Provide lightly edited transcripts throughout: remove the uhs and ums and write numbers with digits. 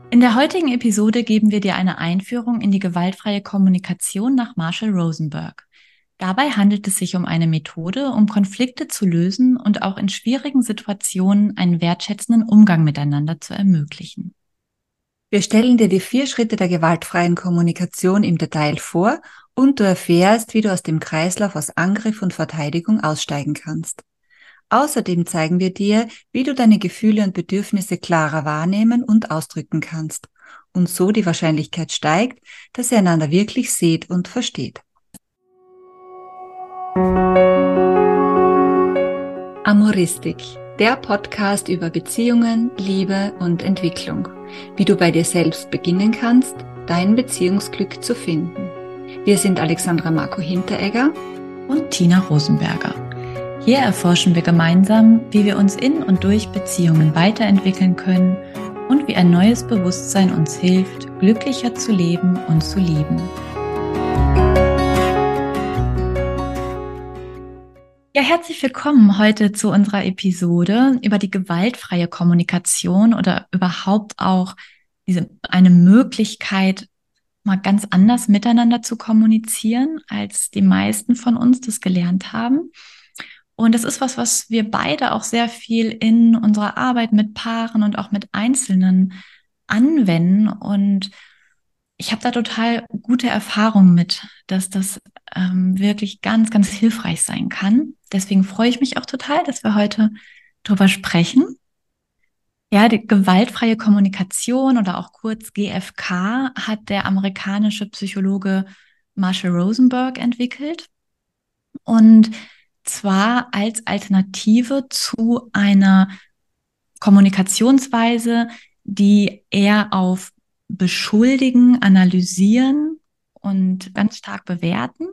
In der heutigen Episode geben wir dir eine Einführung in die gewaltfreie Kommunikation nach Marshall Rosenberg. Dabei handelt es sich um eine Methode, um Konflikte zu lösen und auch in schwierigen Situationen einen wertschätzenden Umgang miteinander zu ermöglichen. Wir stellen dir die 4 Schritte der gewaltfreien Kommunikation im Detail vor und du erfährst, wie du aus dem Kreislauf aus Angriff und Verteidigung aussteigen kannst. Außerdem zeigen wir dir, wie du deine Gefühle und Bedürfnisse klarer wahrnehmen und ausdrücken kannst und so die Wahrscheinlichkeit steigt, dass ihr einander wirklich seht und versteht. Amoristik, der Podcast über Beziehungen, Liebe und Entwicklung. Wie du bei dir selbst beginnen kannst, dein Beziehungsglück zu finden. Wir sind Alexandra Marco Hinteregger und Tina Rosenberger. Hier erforschen wir gemeinsam, wie wir uns in und durch Beziehungen weiterentwickeln können und wie ein neues Bewusstsein uns hilft, glücklicher zu leben und zu lieben. Ja, herzlich willkommen heute zu unserer Episode über die gewaltfreie Kommunikation oder überhaupt auch eine Möglichkeit, mal ganz anders miteinander zu kommunizieren, als die meisten von uns das gelernt haben. Und das ist was wir beide auch sehr viel in unserer Arbeit mit Paaren und auch mit Einzelnen anwenden. Und ich habe da total gute Erfahrungen mit, dass das wirklich ganz, ganz hilfreich sein kann. Deswegen freue ich mich auch total, dass wir heute drüber sprechen. Ja, die gewaltfreie Kommunikation oder auch kurz GFK hat der amerikanische Psychologe Marshall Rosenberg entwickelt. Und zwar als Alternative zu einer Kommunikationsweise, die eher auf Beschuldigen, Analysieren und ganz stark bewerten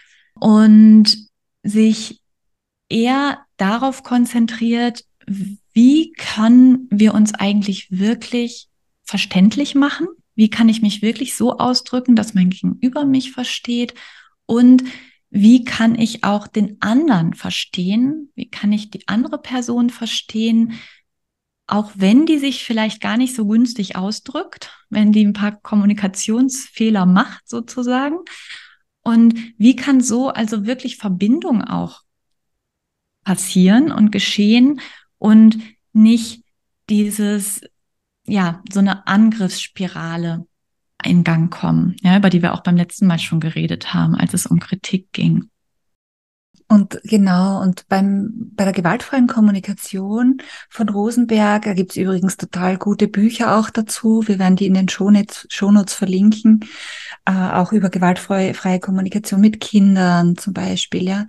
und sich eher darauf konzentriert, wie können wir uns eigentlich wirklich verständlich machen? Wie kann ich mich wirklich so ausdrücken, dass mein Gegenüber mich versteht? Und wie kann ich auch den anderen verstehen? Wie kann ich die andere Person verstehen? Auch wenn die sich vielleicht gar nicht so günstig ausdrückt, wenn die ein paar Kommunikationsfehler macht sozusagen. Und wie kann so also wirklich Verbindung auch passieren und geschehen und nicht dieses, ja, so eine Angriffsspirale in Gang kommen, ja, über die wir auch beim letzten Mal schon geredet haben, als es um Kritik ging. Und genau, und bei der gewaltfreien Kommunikation von Rosenberg, da gibt's übrigens total gute Bücher auch dazu. Wir werden die in den Shownotes verlinken, auch über gewaltfreie Kommunikation mit Kindern zum Beispiel, ja.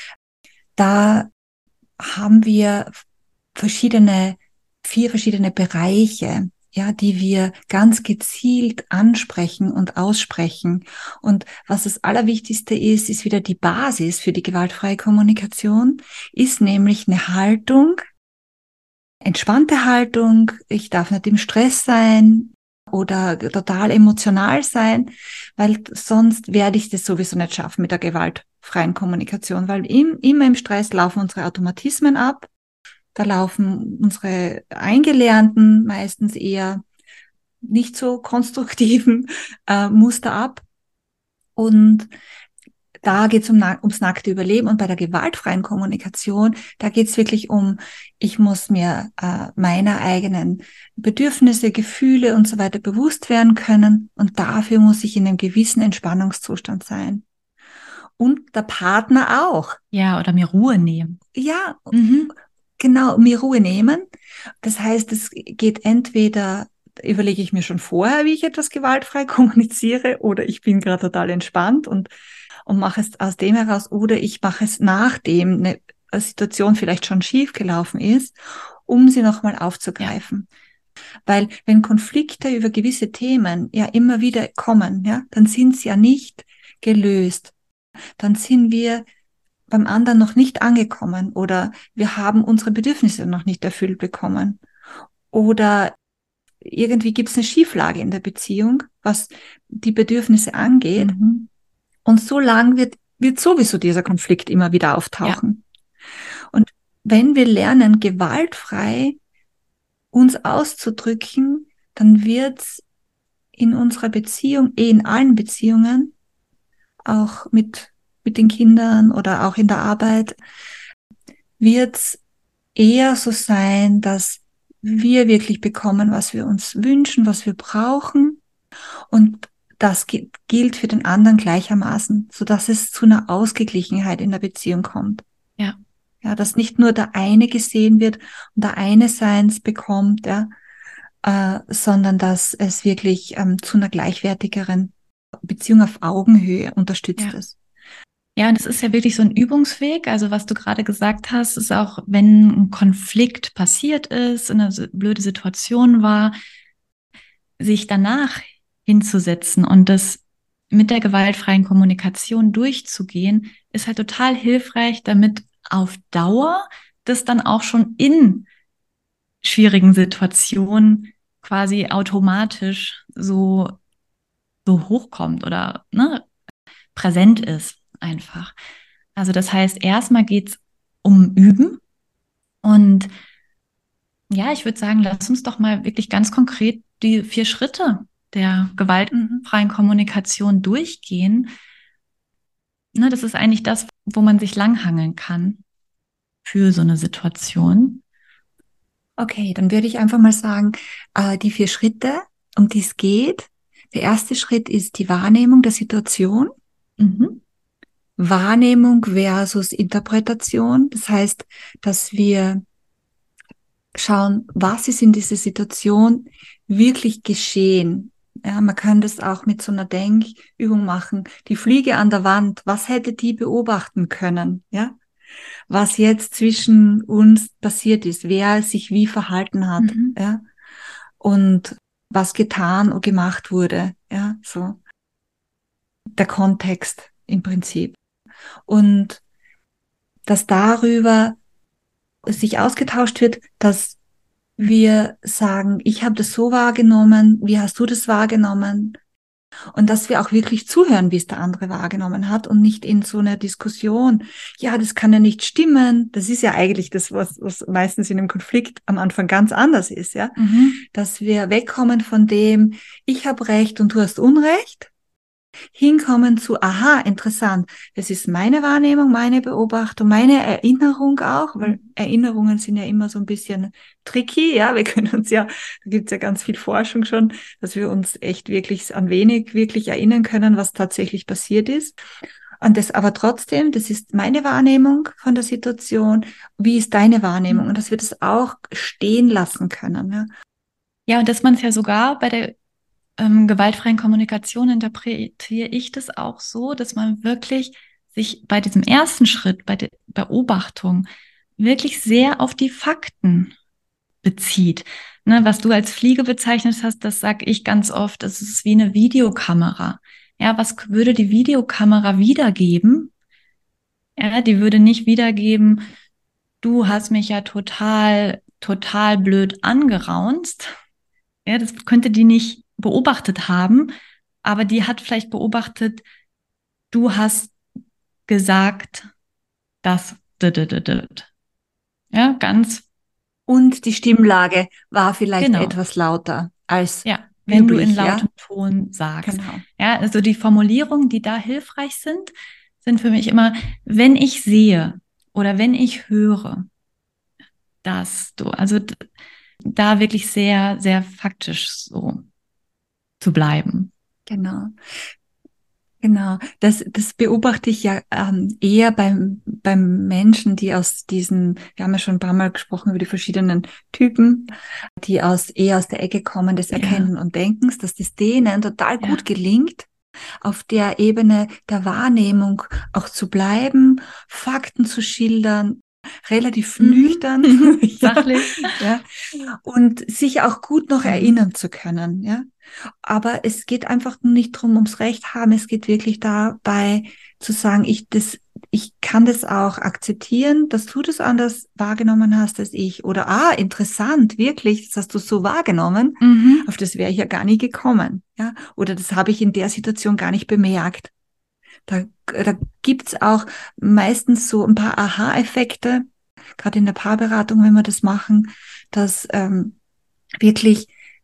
Da haben wir 4 verschiedene Bereiche, ja, die wir ganz gezielt ansprechen und aussprechen. Und was das Allerwichtigste ist wieder die Basis für die gewaltfreie Kommunikation, ist nämlich eine Haltung, entspannte Haltung. Ich darf nicht im Stress sein oder total emotional sein, weil sonst werde ich das sowieso nicht schaffen mit der gewaltfreien Kommunikation, weil immer im Stress laufen unsere Automatismen ab. Da laufen unsere eingelernten, meistens eher nicht so konstruktiven Muster ab. Und da geht es ums nackte Überleben. Und bei der gewaltfreien Kommunikation, da geht es wirklich um, ich muss mir meiner eigenen Bedürfnisse, Gefühle und so weiter bewusst werden können. Und dafür muss ich in einem gewissen Entspannungszustand sein. Und der Partner auch. Ja, oder mir Ruhe nehmen. Ja, genau, mir Ruhe nehmen. Das heißt, es geht entweder, überlege ich mir schon vorher, wie ich etwas gewaltfrei kommuniziere, oder ich bin gerade total entspannt und mache es aus dem heraus, oder ich mache es nachdem eine Situation vielleicht schon schief gelaufen ist, um sie nochmal aufzugreifen. Ja. Weil wenn Konflikte über gewisse Themen ja immer wieder kommen, ja, dann sind sie ja nicht gelöst. Dann sind wir beim anderen noch nicht angekommen oder wir haben unsere Bedürfnisse noch nicht erfüllt bekommen. Oder irgendwie gibt es eine Schieflage in der Beziehung, was die Bedürfnisse angeht. Mhm. Und so lang wird sowieso dieser Konflikt immer wieder auftauchen. Ja. Und wenn wir lernen, gewaltfrei uns auszudrücken, dann wird's in unserer Beziehung, in allen Beziehungen, auch mit den Kindern oder auch in der Arbeit, wird's eher so sein, dass wir wirklich bekommen, was wir uns wünschen, was wir brauchen. Und das gilt für den anderen gleichermaßen, sodass es zu einer Ausgeglichenheit in der Beziehung kommt. Ja. Ja, dass nicht nur der eine gesehen wird und der eine seins bekommt, ja, sondern dass es wirklich zu einer gleichwertigeren Beziehung auf Augenhöhe unterstützt Ja. ist. Ja, und es ist ja wirklich so ein Übungsweg. Also was du gerade gesagt hast, ist auch, wenn ein Konflikt passiert ist, eine blöde Situation war, sich danach hinzusetzen und das mit der gewaltfreien Kommunikation durchzugehen, ist halt total hilfreich, damit auf Dauer das dann auch schon in schwierigen Situationen quasi automatisch so hochkommt oder ne, präsent ist einfach. Also das heißt, erstmal geht's um Üben und ja, ich würde sagen, lass uns doch mal wirklich ganz konkret die 4 Schritte der Mhm. gewaltfreien Kommunikation durchgehen. Ne, das ist eigentlich das, wo man sich langhangeln kann für so eine Situation. Okay, dann würde ich einfach mal sagen, die 4 Schritte, um die es geht. Der erste Schritt ist die Wahrnehmung der Situation. Mhm. Wahrnehmung versus Interpretation. Das heißt, dass wir schauen, was ist in dieser Situation wirklich geschehen. Ja, man kann das auch mit so einer Denkübung machen. Die Fliege an der Wand, was hätte die beobachten können? Ja, was jetzt zwischen uns passiert ist, wer sich wie verhalten hat, Mhm. ja, und was getan und gemacht wurde, ja, so der Kontext im Prinzip. Und dass darüber sich ausgetauscht wird, dass wir sagen, ich habe das so wahrgenommen, wie hast du das wahrgenommen? Und dass wir auch wirklich zuhören, wie es der andere wahrgenommen hat und nicht in so einer Diskussion, ja, das kann ja nicht stimmen. Das ist ja eigentlich das, was meistens in einem Konflikt am Anfang ganz anders ist, ja. Mhm. Dass wir wegkommen von dem, ich habe Recht und du hast Unrecht, hinkommen zu, aha, interessant, das ist meine Wahrnehmung, meine Beobachtung, meine Erinnerung auch, weil Erinnerungen sind ja immer so ein bisschen tricky, ja, wir können uns ja, da gibt's ja ganz viel Forschung schon, dass wir uns echt wirklich an wenig wirklich erinnern können, was tatsächlich passiert ist. Und das aber trotzdem, das ist meine Wahrnehmung von der Situation, wie ist deine Wahrnehmung? Und dass wir das auch stehen lassen können, ja. Ja, und dass man es ja sogar bei der gewaltfreien Kommunikation interpretiere ich das auch so, dass man wirklich sich bei diesem ersten Schritt, bei der Beobachtung, wirklich sehr auf die Fakten bezieht. Ne, was du als Fliege bezeichnet hast, das sage ich ganz oft, das ist wie eine Videokamera. Ja, was würde die Videokamera wiedergeben? Ja, die würde nicht wiedergeben, du hast mich ja total blöd angeraunzt. Ja, das könnte die nicht beobachtet haben, aber die hat vielleicht beobachtet, du hast gesagt, dass, ja, ganz Und die Stimmlage war vielleicht genau. etwas lauter als Ja, wenn du in üblich, ja. lautem Ton sagst. Genau. Ja, also die Formulierungen, die da hilfreich sind, sind für mich immer, wenn ich sehe oder wenn ich höre, dass du, also da wirklich sehr faktisch so zu bleiben. Genau, genau. Das beobachte ich ja eher beim Menschen, die aus diesen, wir haben ja schon ein paar Mal gesprochen über die verschiedenen Typen, die eher aus der Ecke kommen des Ja, Erkennen und Denkens, dass das denen total gut ja. gelingt, auf der Ebene der Wahrnehmung auch zu bleiben, Fakten zu schildern, relativ Mhm. nüchtern, ja, Sachlich. ja, und sich auch gut noch Mhm. erinnern zu können, ja. Aber es geht einfach nicht drum ums Recht haben. Es geht wirklich dabei zu sagen, ich kann das auch akzeptieren, dass du das anders wahrgenommen hast als ich. Oder, interessant, wirklich, das hast du so wahrgenommen. Mhm. Auf das wäre ich ja gar nie gekommen. Ja? Oder das habe ich in der Situation gar nicht bemerkt. Da gibt's auch meistens so ein paar Aha-Effekte, gerade in der Paarberatung, wenn wir das machen, dass wirklich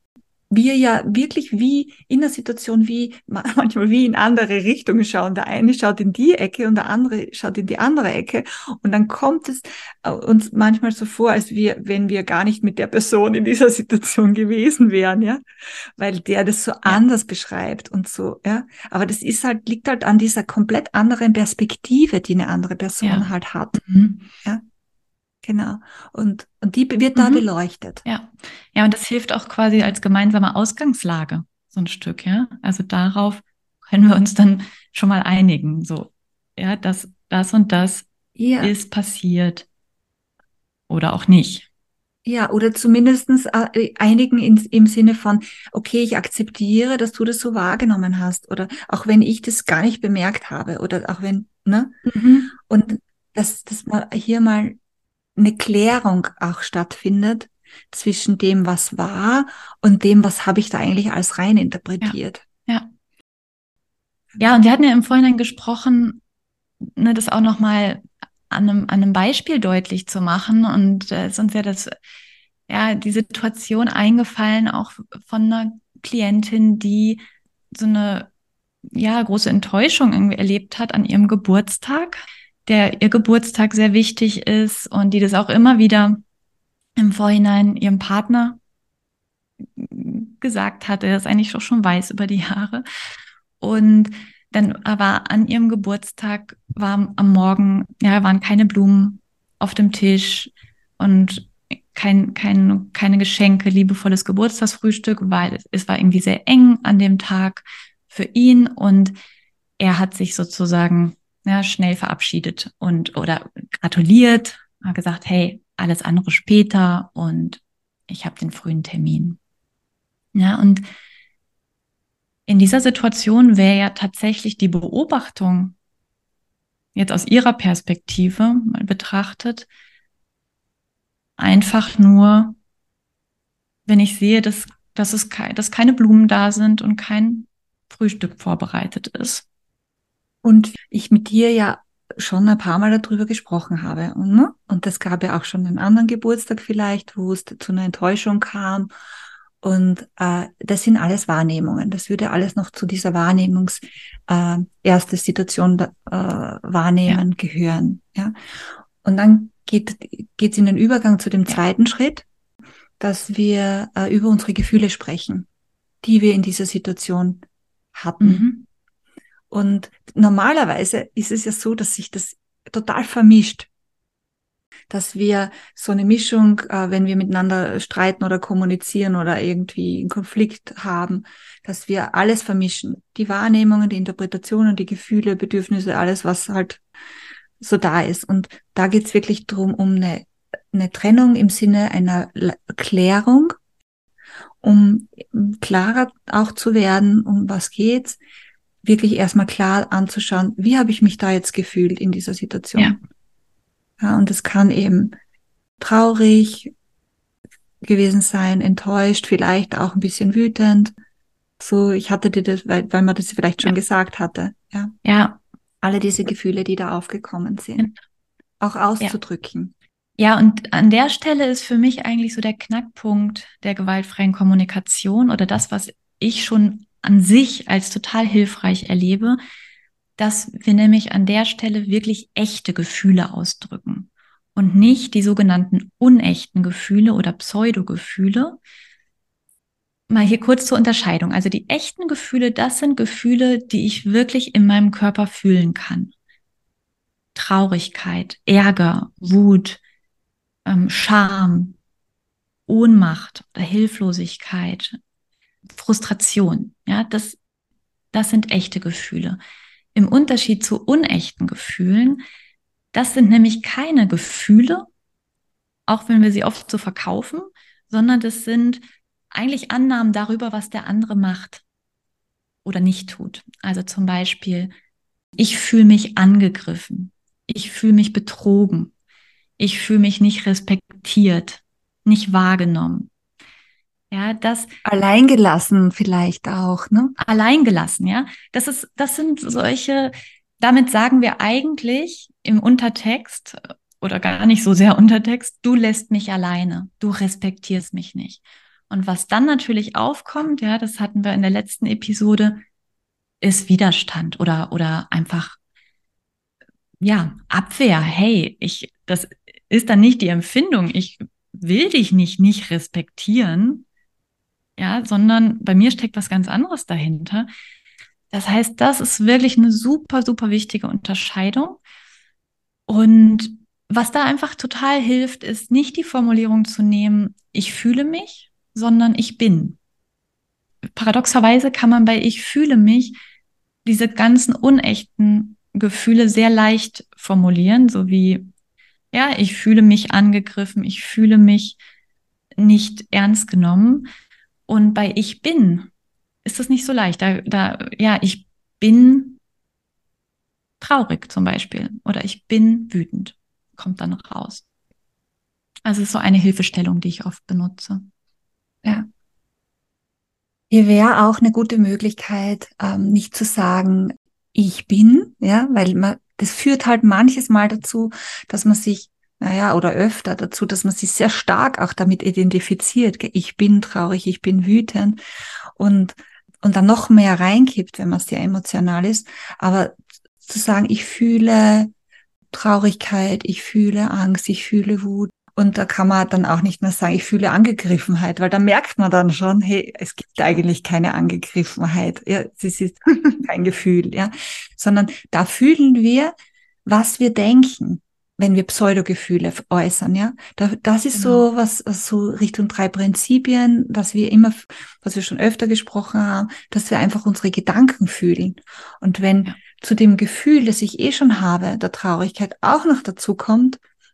wir ja wirklich wie in der Situation, wie manchmal wie in andere Richtungen schauen. Der eine schaut in die Ecke und der andere schaut in die andere Ecke. Und dann kommt es uns manchmal so vor, als wenn wir gar nicht mit der Person in dieser Situation gewesen wären, ja, weil der das so Ja, anders beschreibt und so, ja. Aber das ist halt, liegt halt an dieser komplett anderen Perspektive, die eine andere ja. Person halt hat, Mhm. ja. Genau. Und die wird da Mhm. beleuchtet. Ja. Ja, und das hilft auch quasi als gemeinsame Ausgangslage, so ein Stück, ja. Also darauf können wir uns dann schon mal einigen, so, ja, dass das und das Ja. ist passiert oder auch nicht. Ja, oder zumindestens einigen im Sinne von, okay, ich akzeptiere, dass du das so wahrgenommen hast. Oder auch wenn ich das gar nicht bemerkt habe. Oder auch wenn, ne? Mhm. Und dass mal hier mal eine Klärung auch stattfindet zwischen dem, was war und dem, was habe ich da eigentlich als rein Ja, interpretiert. ja. Ja, und wir hatten ja im Vorhinein gesprochen, ne, das auch nochmal an einem Beispiel deutlich zu machen. Und ist uns ja ja, die Situation eingefallen, auch von einer Klientin, die so eine, ja, große Enttäuschung irgendwie erlebt hat an ihrem Geburtstag, der ihr Geburtstag sehr wichtig ist und die das auch immer wieder im Vorhinein ihrem Partner gesagt hatte, der das eigentlich auch schon weiß über die Jahre. Und dann aber an ihrem Geburtstag war am Morgen, ja, waren keine Blumen auf dem Tisch und keine Geschenke, liebevolles Geburtstagsfrühstück, weil es war irgendwie sehr eng an dem Tag für ihn und er hat sich sozusagen, ja, schnell verabschiedet und oder gratuliert, hat gesagt, hey, alles andere später und ich habe den frühen Termin. Ja, und in dieser Situation wäre ja tatsächlich die Beobachtung jetzt aus ihrer Perspektive mal betrachtet, einfach nur, wenn ich sehe, dass keine Blumen da sind und kein Frühstück vorbereitet ist. Und ich mit dir ja schon ein paar Mal darüber gesprochen habe. Und, ne? Und das gab ja auch schon einen anderen Geburtstag vielleicht, wo es zu einer Enttäuschung kam. Und das sind alles Wahrnehmungen. Das würde alles noch zu dieser erste Situation Ja, wahrnehmen gehören. Ja? Und dann geht's in den Übergang zu dem ja. zweiten Schritt, dass wir über unsere Gefühle sprechen, die wir in dieser Situation hatten. Mhm. Und normalerweise ist es ja so, dass sich das total vermischt, dass wir so eine Mischung, wenn wir miteinander streiten oder kommunizieren oder irgendwie einen Konflikt haben, dass wir alles vermischen. Die Wahrnehmungen, die Interpretationen, die Gefühle, Bedürfnisse, alles, was halt so da ist. Und da geht's wirklich drum um eine Trennung im Sinne einer Klärung, um klarer auch zu werden, um was geht's, wirklich erstmal klar anzuschauen, wie habe ich mich da jetzt gefühlt in dieser Ja, Situation. Ja, und es kann eben traurig gewesen sein, enttäuscht, vielleicht auch ein bisschen wütend. So, ich hatte dir das, weil man das vielleicht ja, schon gesagt hatte. Ja, ja, alle diese Gefühle, die da aufgekommen sind, auch ja. auszudrücken. Ja, und an der Stelle ist für mich eigentlich so der Knackpunkt der gewaltfreien Kommunikation oder das, was ich schon an sich als total hilfreich erlebe, dass wir nämlich an der Stelle wirklich echte Gefühle ausdrücken und nicht die sogenannten unechten Gefühle oder Pseudogefühle. Mal hier kurz zur Unterscheidung. Also die echten Gefühle, das sind Gefühle, die ich wirklich in meinem Körper fühlen kann. Traurigkeit, Ärger, Wut, Scham, Ohnmacht oder Hilflosigkeit, Frustration. Ja, das sind echte Gefühle. Im Unterschied zu unechten Gefühlen, das sind nämlich keine Gefühle, auch wenn wir sie oft so verkaufen, sondern das sind eigentlich Annahmen darüber, was der andere macht oder nicht tut. Also zum Beispiel, ich fühle mich angegriffen, ich fühle mich betrogen, ich fühle mich nicht respektiert, nicht wahrgenommen. Ja, das Alleingelassen vielleicht auch, ne? alleingelassen, ja. Das sind solche, damit sagen wir eigentlich im Untertext oder gar nicht so sehr Untertext, du lässt mich alleine, du respektierst mich nicht. Und was dann natürlich aufkommt, ja, das hatten wir in der letzten Episode, ist Widerstand oder einfach, ja, Abwehr. Hey, das ist dann nicht die Empfindung, ich will dich nicht respektieren, ja, sondern bei mir steckt was ganz anderes dahinter. Das heißt, das ist wirklich eine super, super wichtige Unterscheidung. Und was da einfach total hilft, ist nicht die Formulierung zu nehmen, ich fühle mich, sondern ich bin. Paradoxerweise kann man bei ich fühle mich diese ganzen unechten Gefühle sehr leicht formulieren, so wie, ja, ich fühle mich angegriffen, ich fühle mich nicht ernst genommen. Und bei ich bin ist das nicht so leicht. Ja, ich bin traurig zum Beispiel oder ich bin wütend, kommt dann raus. Also es ist so eine Hilfestellung, die ich oft benutze. Ja. Hier wäre auch eine gute Möglichkeit, nicht zu sagen, ich bin, ja, weil das führt halt manches Mal dazu, dass man sich, naja, oder öfter dazu, dass man sich sehr stark auch damit identifiziert. Ich bin traurig, ich bin wütend und dann noch mehr reinkippt, wenn man sehr emotional ist. Aber zu sagen, ich fühle Traurigkeit, ich fühle Angst, ich fühle Wut. Und da kann man dann auch nicht mehr sagen, ich fühle Angegriffenheit, weil da merkt man dann schon, hey, es gibt eigentlich keine Angegriffenheit. Ja, es ist kein Gefühl, ja, sondern da fühlen wir, was wir denken, wenn wir Pseudogefühle äußern, ja. Das ist Genau. so was so Richtung 3 Prinzipien, dass wir immer, was wir schon öfter gesprochen haben, dass wir einfach unsere Gedanken fühlen. Und wenn Ja. zu dem Gefühl, das ich eh schon habe, der Traurigkeit auch noch dazu kommt,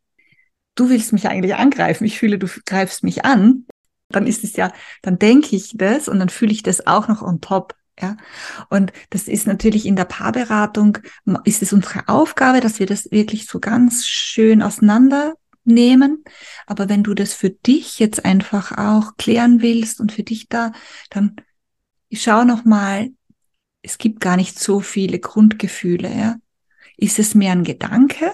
du willst mich eigentlich angreifen, ich fühle, du greifst mich an, dann ist es ja, dann denke ich das und dann fühle ich das auch noch on top. Ja, und das ist natürlich in der Paarberatung, ist es unsere Aufgabe, dass wir das wirklich so ganz schön auseinandernehmen. Aber wenn du das für dich jetzt einfach auch klären willst und für dich da, dann schau noch mal, es gibt gar nicht so viele Grundgefühle. Ja, ist es mehr ein Gedanke,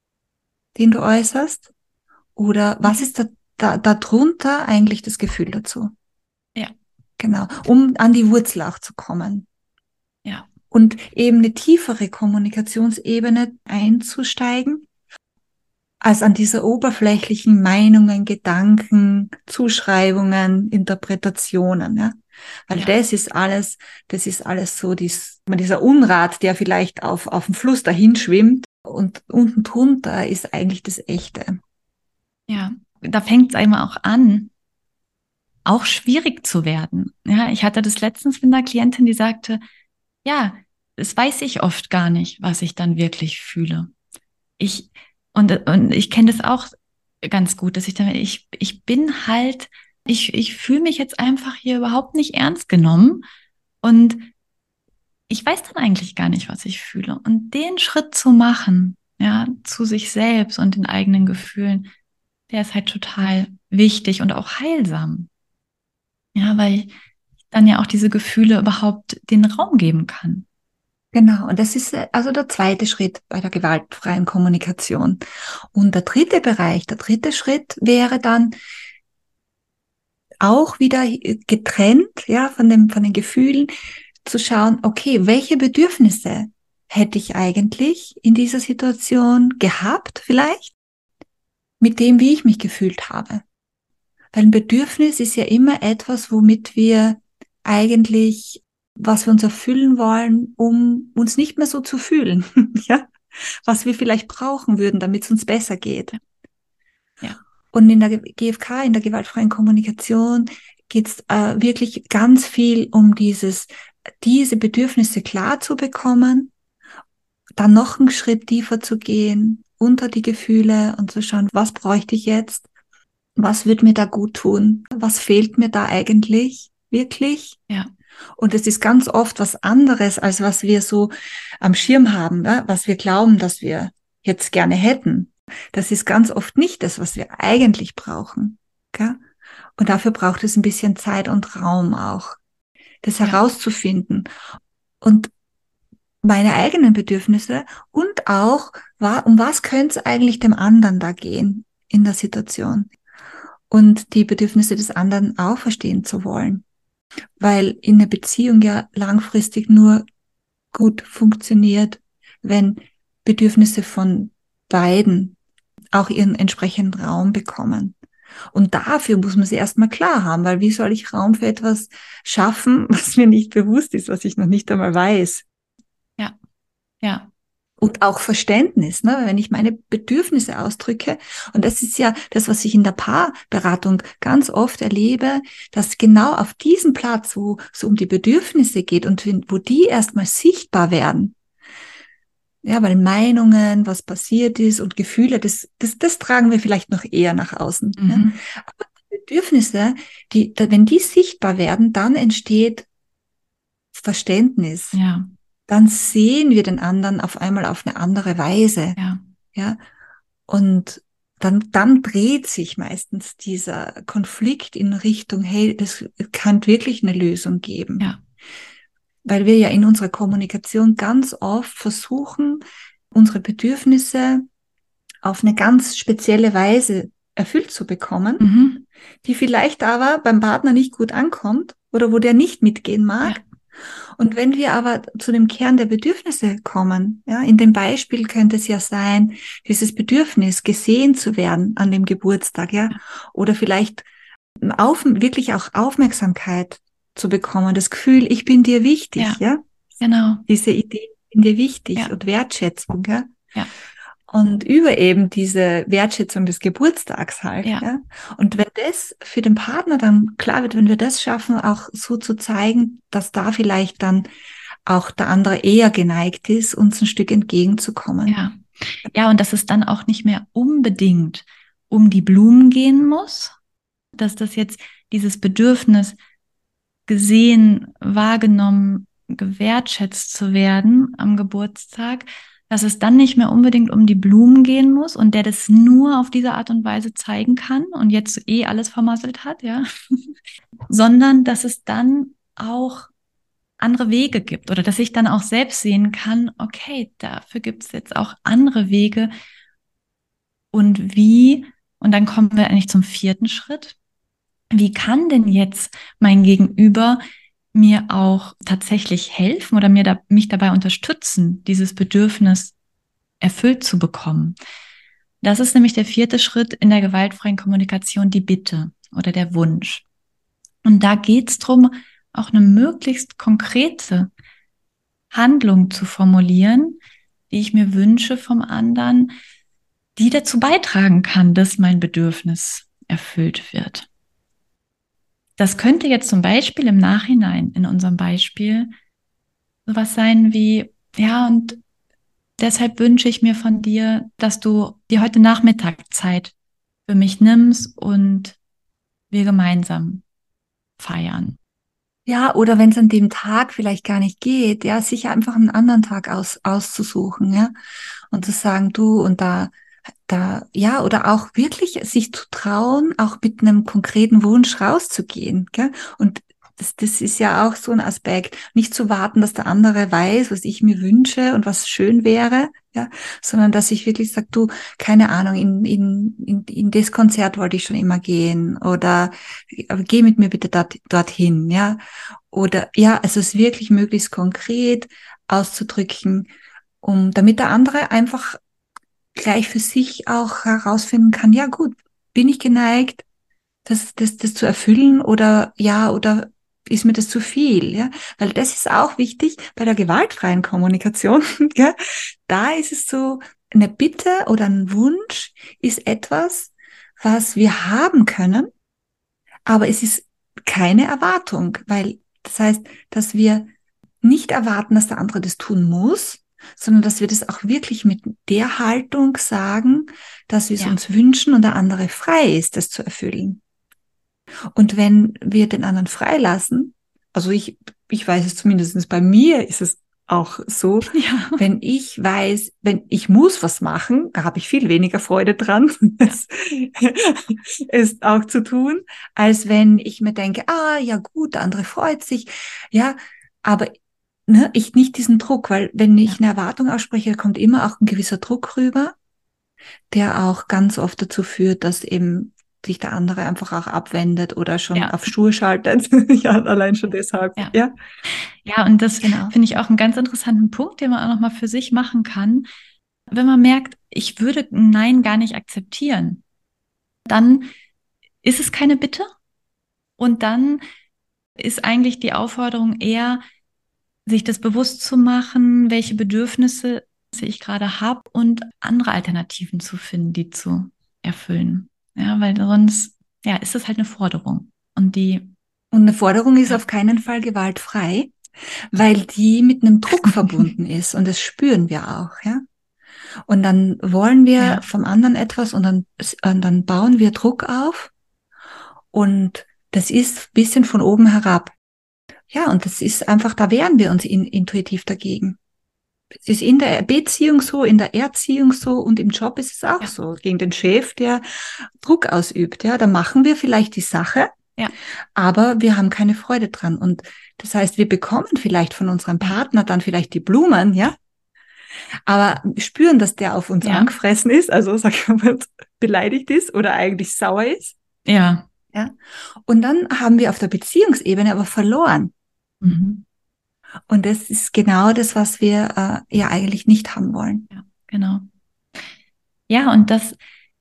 den du äußerst? Oder was Mhm. ist da drunter eigentlich das Gefühl dazu? Ja. Genau, um an die Wurzel auch zu kommen. Ja. Und eben eine tiefere Kommunikationsebene einzusteigen, als an dieser oberflächlichen Meinungen, Gedanken, Zuschreibungen, Interpretationen, ja. Weil Ja. das ist alles so dieser Unrat, der vielleicht auf dem Fluss dahin schwimmt und unten drunter ist eigentlich das Echte. Ja. Da fängt es einmal auch an, auch schwierig zu werden. Ja, ich hatte das letztens mit einer Klientin, die sagte, ja, das weiß ich oft gar nicht, was ich dann wirklich fühle. Ich, und ich kenne das auch ganz gut, dass ich bin halt, ich fühle mich jetzt einfach hier überhaupt nicht ernst genommen und ich weiß dann eigentlich gar nicht, was ich fühle. Und den Schritt zu machen, ja, zu sich selbst und den eigenen Gefühlen, der ist halt total wichtig und auch heilsam. Ja, weil ich dann ja auch diese Gefühle überhaupt den Raum geben kann. Genau, und das ist also der zweite Schritt bei der gewaltfreien Kommunikation. Und der dritte Bereich, der dritte Schritt wäre dann auch wieder getrennt, ja, von den Gefühlen, zu schauen, okay, welche Bedürfnisse hätte ich eigentlich in dieser Situation gehabt, vielleicht, mit dem, wie ich mich gefühlt habe. Weil ein Bedürfnis ist ja immer etwas, womit wir eigentlich, was wir uns erfüllen wollen, um uns nicht mehr so zu fühlen, ja, was wir vielleicht brauchen würden, damit es uns besser geht. Ja, Und in der GFK, in der gewaltfreien Kommunikation, geht es wirklich ganz viel um diese Bedürfnisse klar zu bekommen, dann noch einen Schritt tiefer zu gehen, unter die Gefühle und zu schauen, was bräuchte ich jetzt? Was wird mir da gut tun? Was fehlt mir da eigentlich wirklich? ja, Und es ist ganz oft was anderes, als was wir so am Schirm haben, ne? Was wir glauben, dass wir jetzt gerne hätten. Das ist ganz oft nicht das, was wir eigentlich brauchen. Gell? Und dafür braucht es ein bisschen Zeit und Raum auch, das ja, herauszufinden. Und meine eigenen Bedürfnisse und auch, um was könnte es eigentlich dem anderen da gehen in der Situation? und die Bedürfnisse des anderen auch verstehen zu wollen. Weil in der Beziehung ja langfristig nur gut funktioniert, wenn Bedürfnisse von beiden auch ihren entsprechenden Raum bekommen. Und dafür muss man sie erstmal klar haben, weil wie soll ich Raum für etwas schaffen, was mir nicht bewusst ist, was ich noch nicht einmal weiß? Ja, ja. Und auch Verständnis, ne? Wenn ich meine Bedürfnisse ausdrücke. Und das ist ja das, was ich in der Paarberatung ganz oft erlebe, dass genau auf diesem Platz, wo es um die Bedürfnisse geht und wo die erstmal sichtbar werden, ja, weil Meinungen, was passiert ist und Gefühle, das tragen wir vielleicht noch eher nach außen. Ne? Mhm. Aber die Bedürfnisse, wenn die sichtbar werden, dann entsteht Verständnis. Ja, Dann sehen wir den anderen auf einmal auf eine andere Weise. ja, Ja, und dann dreht sich meistens dieser Konflikt in Richtung, hey, das kann wirklich eine Lösung geben. ja. Weil wir ja in unserer Kommunikation ganz oft versuchen, unsere Bedürfnisse auf eine ganz spezielle Weise erfüllt zu bekommen, Mhm. die vielleicht aber beim Partner nicht gut ankommt oder wo der nicht mitgehen Ja, mag. Und wenn wir aber zu dem Kern der Bedürfnisse kommen, ja, in dem Beispiel könnte es ja sein, dieses Bedürfnis, gesehen zu werden an dem Geburtstag, ja, oder vielleicht wirklich auch Aufmerksamkeit zu bekommen, das Gefühl, ich bin dir ja, wichtig, ja, genau. diese Idee, ich bin dir wichtig Ja, und Wertschätzung, ja. ja, Und über eben diese Wertschätzung des Geburtstags halt, ja, ja. Und wenn das für den Partner dann klar wird, wenn wir das schaffen, auch so zu zeigen, dass da vielleicht dann auch der andere eher geneigt ist, uns ein Stück entgegenzukommen. ja. Ja, und dass es dann auch nicht mehr unbedingt um die Blumen gehen muss, dass das jetzt dieses Bedürfnis gesehen, wahrgenommen, gewertschätzt zu werden am Geburtstag, dass es dann nicht mehr unbedingt um die Blumen gehen muss und der das nur auf diese Art und Weise zeigen kann und jetzt eh alles vermasselt hat, ja, sondern dass es dann auch andere Wege gibt oder dass ich dann auch selbst sehen kann, okay, dafür gibt es jetzt auch andere Wege und wie, und dann kommen wir eigentlich zum vierten Schritt, wie kann denn jetzt mein Gegenüber mir auch tatsächlich helfen oder mich dabei unterstützen, dieses Bedürfnis erfüllt zu bekommen? Das ist nämlich der vierte Schritt in der gewaltfreien Kommunikation, die Bitte oder der Wunsch. Und da geht es darum, auch eine möglichst konkrete Handlung zu formulieren, die ich mir wünsche vom anderen, die dazu beitragen kann, dass mein Bedürfnis erfüllt wird. Das könnte jetzt zum Beispiel im Nachhinein in unserem Beispiel sowas sein wie, ja, und deshalb wünsche ich mir von dir, dass du dir heute Nachmittag Zeit für mich nimmst und wir gemeinsam feiern. Ja, oder wenn es an dem Tag vielleicht gar nicht geht, ja, sich einfach einen anderen Tag auszusuchen, ja, und zu sagen, du, und ja, oder auch wirklich sich zu trauen, auch mit einem konkreten Wunsch rauszugehen, gell? Und das ist ja auch so ein Aspekt, nicht zu warten, dass der andere weiß, was ich mir wünsche und was schön wäre, ja, sondern dass ich wirklich sage, du, keine Ahnung, in das Konzert wollte ich schon immer gehen oder geh mit mir bitte dorthin, ja, oder ja, also es wirklich möglichst konkret auszudrücken, damit der andere einfach gleich für sich auch herausfinden kann, ja gut, bin ich geneigt, das zu erfüllen oder ja, oder ist mir das zu viel, ja? Weil das ist auch wichtig bei der gewaltfreien Kommunikation, ja? Da ist es so, eine Bitte oder ein Wunsch ist etwas, was wir haben können, aber es ist keine Erwartung, weil das heißt, dass wir nicht erwarten, dass der andere das tun muss, sondern dass wir das auch wirklich mit der Haltung sagen, dass wir es Ja, uns wünschen und der andere frei ist, das zu erfüllen. Und wenn wir den anderen freilassen, also ich weiß es zumindest bei mir ist es auch so, ja, wenn ich weiß, wenn ich muss was machen, da habe ich viel weniger Freude dran, ja, es auch zu tun, als wenn ich mir denke, ah, ja gut, der andere freut sich, ja, aber ne, ich nicht diesen Druck, weil wenn ich ja, eine Erwartung ausspreche, kommt immer auch ein gewisser Druck rüber, der auch ganz oft dazu führt, dass eben sich der andere einfach auch abwendet oder schon Ja. auf Stur schaltet. Ja, allein schon deshalb. Ja. Ja, Ja, und das genau. finde ich auch einen ganz interessanten Punkt, den man auch nochmal für sich machen kann. Wenn man merkt, ich würde ein Nein gar nicht akzeptieren, dann ist es keine Bitte. Und dann ist eigentlich die Aufforderung eher, sich das bewusst zu machen, welche Bedürfnisse ich gerade habe und andere Alternativen zu finden, die zu erfüllen. Ja, weil sonst, ja, ist es halt eine Forderung. Und die, Und eine Forderung ist ja. auf keinen Fall gewaltfrei, weil die mit einem Druck verbunden ist und das spüren wir auch, ja. Und dann wollen wir Ja, vom anderen etwas und dann bauen wir Druck auf und das ist ein bisschen von oben herab. Ja, und das ist einfach, da wehren wir uns intuitiv dagegen. Es ist in der Beziehung so, in der Erziehung so und im Job ist es auch ja, so. Gegen den Chef, der Druck ausübt, ja, da machen wir vielleicht die Sache, ja, aber wir haben keine Freude dran. Und das heißt, wir bekommen vielleicht von unserem ja, Partner dann vielleicht die Blumen, ja, aber spüren, dass der auf uns ja, angefressen ist, also sag ich mal, beleidigt ist oder eigentlich sauer ist. ja. Ja. Und dann haben wir auf der Beziehungsebene aber verloren. Mhm. Und das ist genau das, was wir ja eigentlich nicht haben wollen. Ja, genau. Ja, und das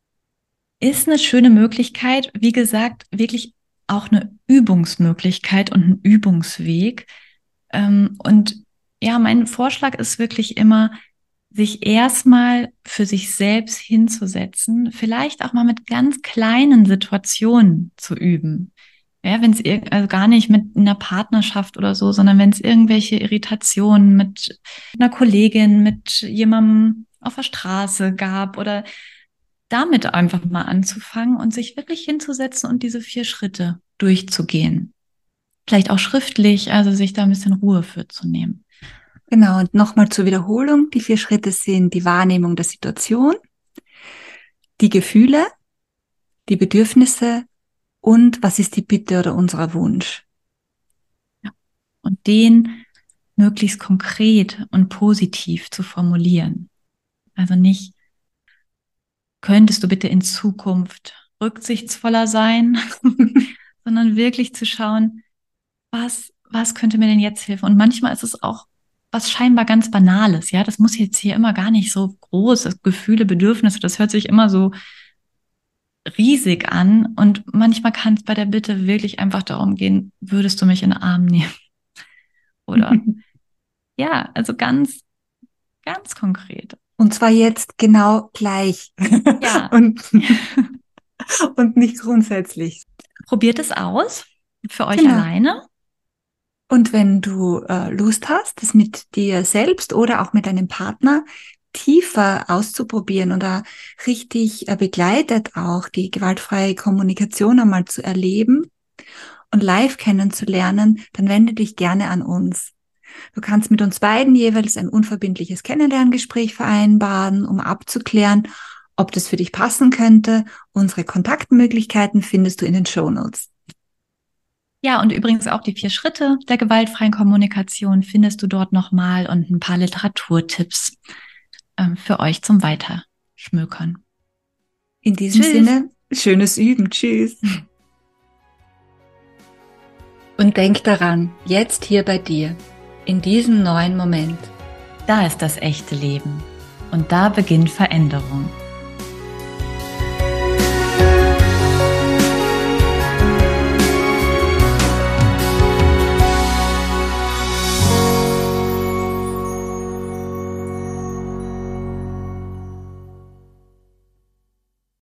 ist eine schöne Möglichkeit, wie gesagt, wirklich auch eine Übungsmöglichkeit und ein Übungsweg. Und ja, mein Vorschlag ist wirklich immer, sich erstmal für sich selbst hinzusetzen, vielleicht auch mal mit ganz kleinen Situationen zu üben. Ja, wenn es also gar nicht mit einer Partnerschaft oder so, sondern wenn es irgendwelche Irritationen mit einer Kollegin, mit jemandem auf der Straße gab oder damit einfach mal anzufangen und sich wirklich hinzusetzen und diese 4 Schritte durchzugehen. Vielleicht auch schriftlich, also sich da ein bisschen Ruhe für zu nehmen. Genau, und nochmal zur Wiederholung. Die 4 Schritte sind die Wahrnehmung der Situation, die Gefühle, die Bedürfnisse und was ist die Bitte oder unser Wunsch. Ja. Und den möglichst konkret und positiv zu formulieren. Also nicht, könntest du bitte in Zukunft rücksichtsvoller sein, sondern wirklich zu schauen, was könnte mir denn jetzt helfen? Und manchmal ist es auch was scheinbar ganz Banales, ja. Das muss jetzt hier immer gar nicht so groß, das Gefühle, Bedürfnisse, das hört sich immer so riesig an. Und manchmal kann es bei der Bitte wirklich einfach darum gehen, würdest du mich in den Arm nehmen? Oder ja, also ganz, ganz konkret. Und zwar jetzt genau gleich Ja, und, und nicht grundsätzlich. probiert es aus für euch Genau. alleine. Und wenn du Lust hast, das mit dir selbst oder auch mit deinem Partner tiefer auszuprobieren oder richtig begleitet auch die gewaltfreie Kommunikation einmal zu erleben und live kennenzulernen, dann wende dich gerne an uns. Du kannst mit uns beiden jeweils ein unverbindliches Kennenlerngespräch vereinbaren, um abzuklären, ob das für dich passen könnte. Unsere Kontaktmöglichkeiten findest du in den Shownotes. Ja, und übrigens auch die 4 Schritte der gewaltfreien Kommunikation findest du dort nochmal und ein paar Literaturtipps für euch zum Weiterschmökern. In diesem Sinne, schönes Üben. Tschüss. Und denk daran, jetzt hier bei dir, in diesem neuen Moment. Da ist das echte Leben und da beginnt Veränderung.